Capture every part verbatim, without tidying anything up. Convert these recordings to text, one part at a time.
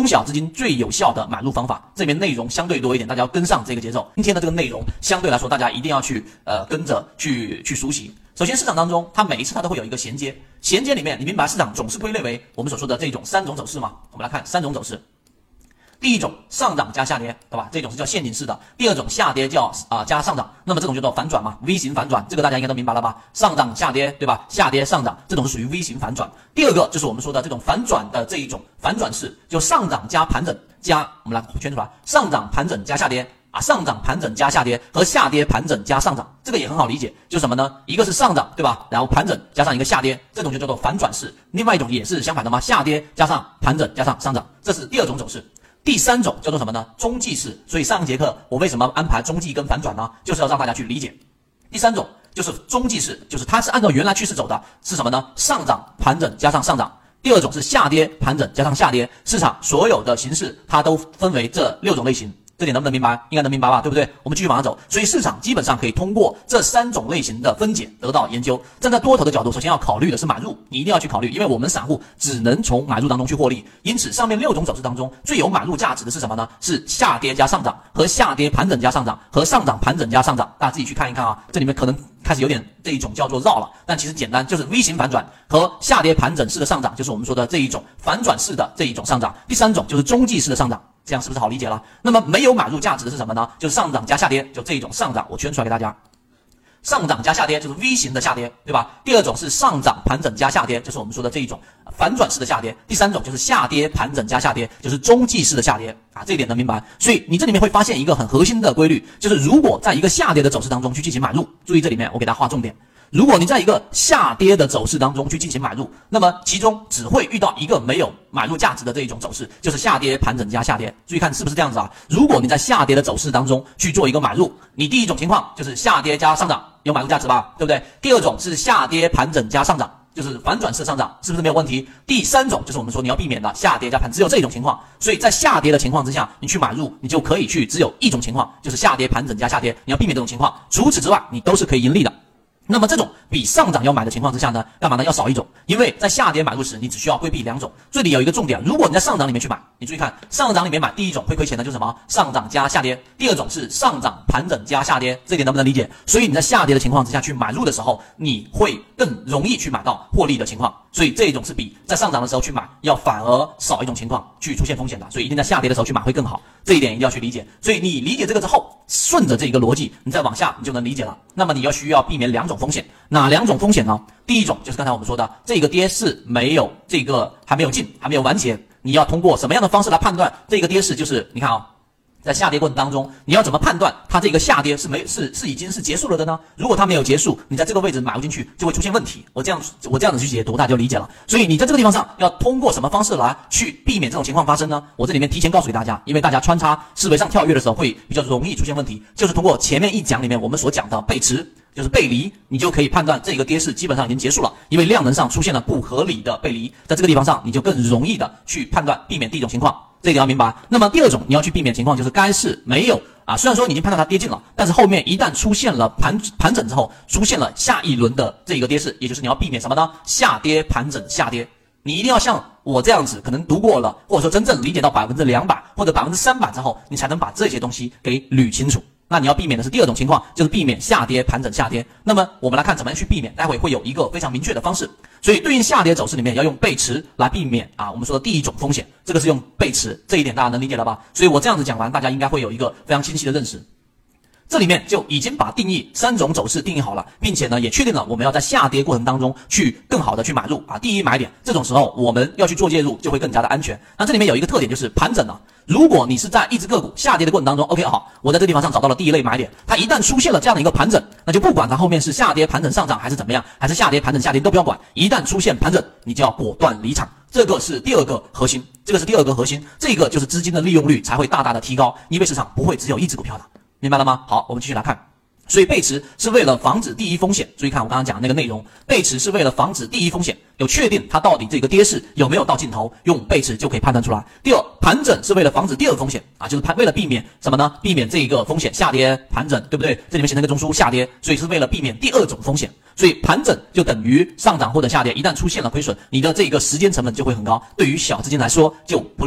中小资金最有效的买入方法，这里面内容相对多一点，大家要跟上这个节奏。今天的这个内容相对来说，大家一定要去呃跟着去去熟悉。首先，市场当中它每一次它都会有一个衔接，衔接里面你明白市场总是归类为我们所说的这种三种走势吗？我们来看三种走势。第一种上涨加下跌，对吧？这种是叫陷阱式的。第二种下跌叫啊、呃、加上涨，那么这种叫做反转嘛 ，V 型反转，这个大家应该都明白了吧？上涨下跌，对吧？下跌上涨，这种是属于 V 型反转。第二个就是我们说的这种反转的这一种反转式，就上涨加盘整加，我们来圈出来，上涨盘整加下跌啊，上涨盘整加下跌和下跌盘整加上涨，这个也很好理解，就是什么呢？一个是上涨，对吧？然后盘整加上一个下跌，这种就叫做反转式。另外一种也是相反的嘛，下跌加上盘整加上上涨，这是第二种走势。第三种叫做什么呢？中继式。所以上节课我为什么安排中继跟反转呢？就是要让大家去理解。第三种就是中继式，就是它是按照原来趋势走的，是什么呢？上涨盘整加上上涨。第二种是下跌盘整加上下跌。市场所有的形式它都分为这六种类型，这点能不能明白？应该能明白吧，对不对？我们继续往上走。所以市场基本上可以通过这三种类型的分解得到研究。站在多头的角度，首先要考虑的是买入，你一定要去考虑，因为我们散户只能从买入当中去获利。因此上面六种走势当中最有买入价值的是什么呢？是下跌加上涨和下跌盘整加上涨和上涨盘整加上涨。大家自己去看一看啊，这里面可能开始有点这一种叫做绕了，但其实简单，就是 V 型反转和下跌盘整式的上涨，就是我们说的这一种反转式的这一种上涨。第三种就是中继式的上涨。这样是不是好理解了？那么没有买入价值的是什么呢？就是上涨加下跌，就这一种上涨，我圈出来给大家。上涨加下跌就是 V 型的下跌，对吧？第二种是上涨盘整加下跌，就是我们说的这一种反转式的下跌。第三种就是下跌盘整加下跌，就是中继式的下跌啊，这一点能明白？所以你这里面会发现一个很核心的规律，就是如果在一个下跌的走势当中去进行买入，注意这里面我给大家划重点。如果你在一个下跌的走势当中去进行买入，那么其中只会遇到一个没有买入价值的这一种走势，就是下跌盘整加下跌。注意看是不是这样子啊？如果你在下跌的走势当中去做一个买入，你第一种情况就是下跌加上涨，有买入价值吧，对不对？第二种是下跌盘整加上涨，就是反转式上涨，是不是没有问题？第三种就是我们说你要避免的下跌加盘，只有这种情况。所以在下跌的情况之下，你去买入，你就可以去只有一种情况，就是下跌盘整加下跌，你要避免这种情况。除此之外，你都是可以盈利的。那么这种比上涨要买的情况之下呢，干嘛呢？要少一种，因为在下跌买入时，你只需要规避两种。这里有一个重点，如果你在上涨里面去买，你注意看，上涨里面买，第一种会亏钱的就是什么？上涨加下跌。第二种是上涨盘整加下跌，这点能不能理解？所以你在下跌的情况之下去买入的时候，你会更容易去买到获利的情况。所以这一种是比在上涨的时候去买要反而少一种情况去出现风险的，所以一定在下跌的时候去买会更好，这一点一定要去理解。所以你理解这个之后，顺着这个逻辑，你再往下你就能理解了。那么你要需要避免两种风险，哪两种风险呢？第一种就是刚才我们说的，这个跌势没有这个还没有进，还没有完结，你要通过什么样的方式来判断这个跌势？就是你看啊、哦。在下跌过程当中，你要怎么判断它这个下跌是没是是已经是结束了的呢？如果它没有结束，你在这个位置买入进去就会出现问题。我这样我这样子去解读，大家就理解了。所以你在这个地方上要通过什么方式来去避免这种情况发生呢？我这里面提前告诉给大家，因为大家穿插思维上跳跃的时候会比较容易出现问题，就是通过前面一讲里面我们所讲的背驰。就是背离，你就可以判断这个跌势基本上已经结束了，因为量能上出现了不合理的背离，在这个地方上你就更容易的去判断避免第一种情况，这一点要明白。那么第二种你要去避免情况就是该市没有啊，虽然说你已经判断它跌进了，但是后面一旦出现了盘盘整之后，出现了下一轮的这个跌势，也就是你要避免什么呢？下跌盘整下跌。你一定要像我这样子，可能读过了，或者说真正理解到百分之两百或者百分之三百之后，你才能把这些东西给捋清楚。那你要避免的是第二种情况，就是避免下跌盘整下跌。那么我们来看怎么样去避免，待会会有一个非常明确的方式。所以对应下跌走势里面要用背驰来避免啊，我们说的第一种风险，这个是用背驰，这一点大家能理解了吧？所以我这样子讲完，大家应该会有一个非常清晰的认识。这里面就已经把定义三种走势定义好了，并且呢也确定了我们要在下跌过程当中去更好的去买入啊，第一买点，这种时候我们要去做介入就会更加的安全。那这里面有一个特点就是盘整啊，如果你是在一只个股下跌的过程当中 OK 好，我在这个地方上找到了第一类买点，它一旦出现了这样的一个盘整，那就不管它后面是下跌盘整上涨还是怎么样，还是下跌盘整下跌都不要管，一旦出现盘整你就要果断离场，这个是第二个核心，这个是第二个核心，这个就是资金的利用率才会大大的提高，因为市场不会只有一只股票的，明白了吗？好，我们继续来看。所以背驰是为了防止第一风险，注意看我刚刚讲的那个内容，背驰是为了防止第一风险，有确定它到底这个跌势有没有到尽头，用背驰就可以判断出来。第二，盘整是为了防止第二风险啊，就是为了避免什么呢？避免这个风险下跌盘整，对不对？这里面形成一个中枢下跌，所以是为了避免第二种风险。所以盘整就等于上涨或者下跌，一旦出现了亏损，你的这个时间成本就会很高，对于小资金来说就不利了。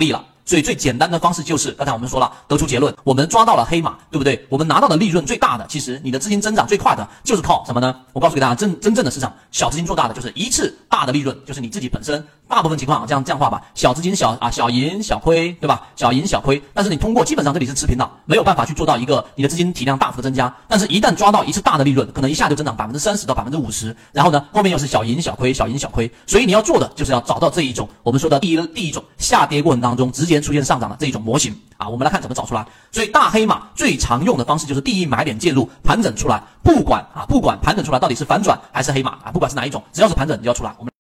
所以最简单的方式就是刚才我们说了，得出结论，我们抓到了黑马，对不对？我们拿到的利润最大的，其实你的资金增长最快的就是靠什么呢？我告诉给大家，真真正的市场小资金做大的就是一次大的利润，就是你自己本身大部分情况啊，这样这样画吧，小资金小啊小赢小亏，对吧？小赢小亏，但是你通过基本上这里是持平的，没有办法去做到一个你的资金体量大幅的增加，但是一旦抓到一次大的利润，可能一下就增长百分之三十到百分之五十，然后呢后面又是小赢小亏小赢小亏，所以你要做的就是要找到这一种我们说的第一第一种下跌过程当中直接出现上涨的这一种模型啊，我们来看怎么找出来。所以大黑马最常用的方式就是第一买点介入，盘整出来，不管啊不管盘整出来到底是反转还是黑马啊，不管是哪一种，只要是盘整你就要出来。我们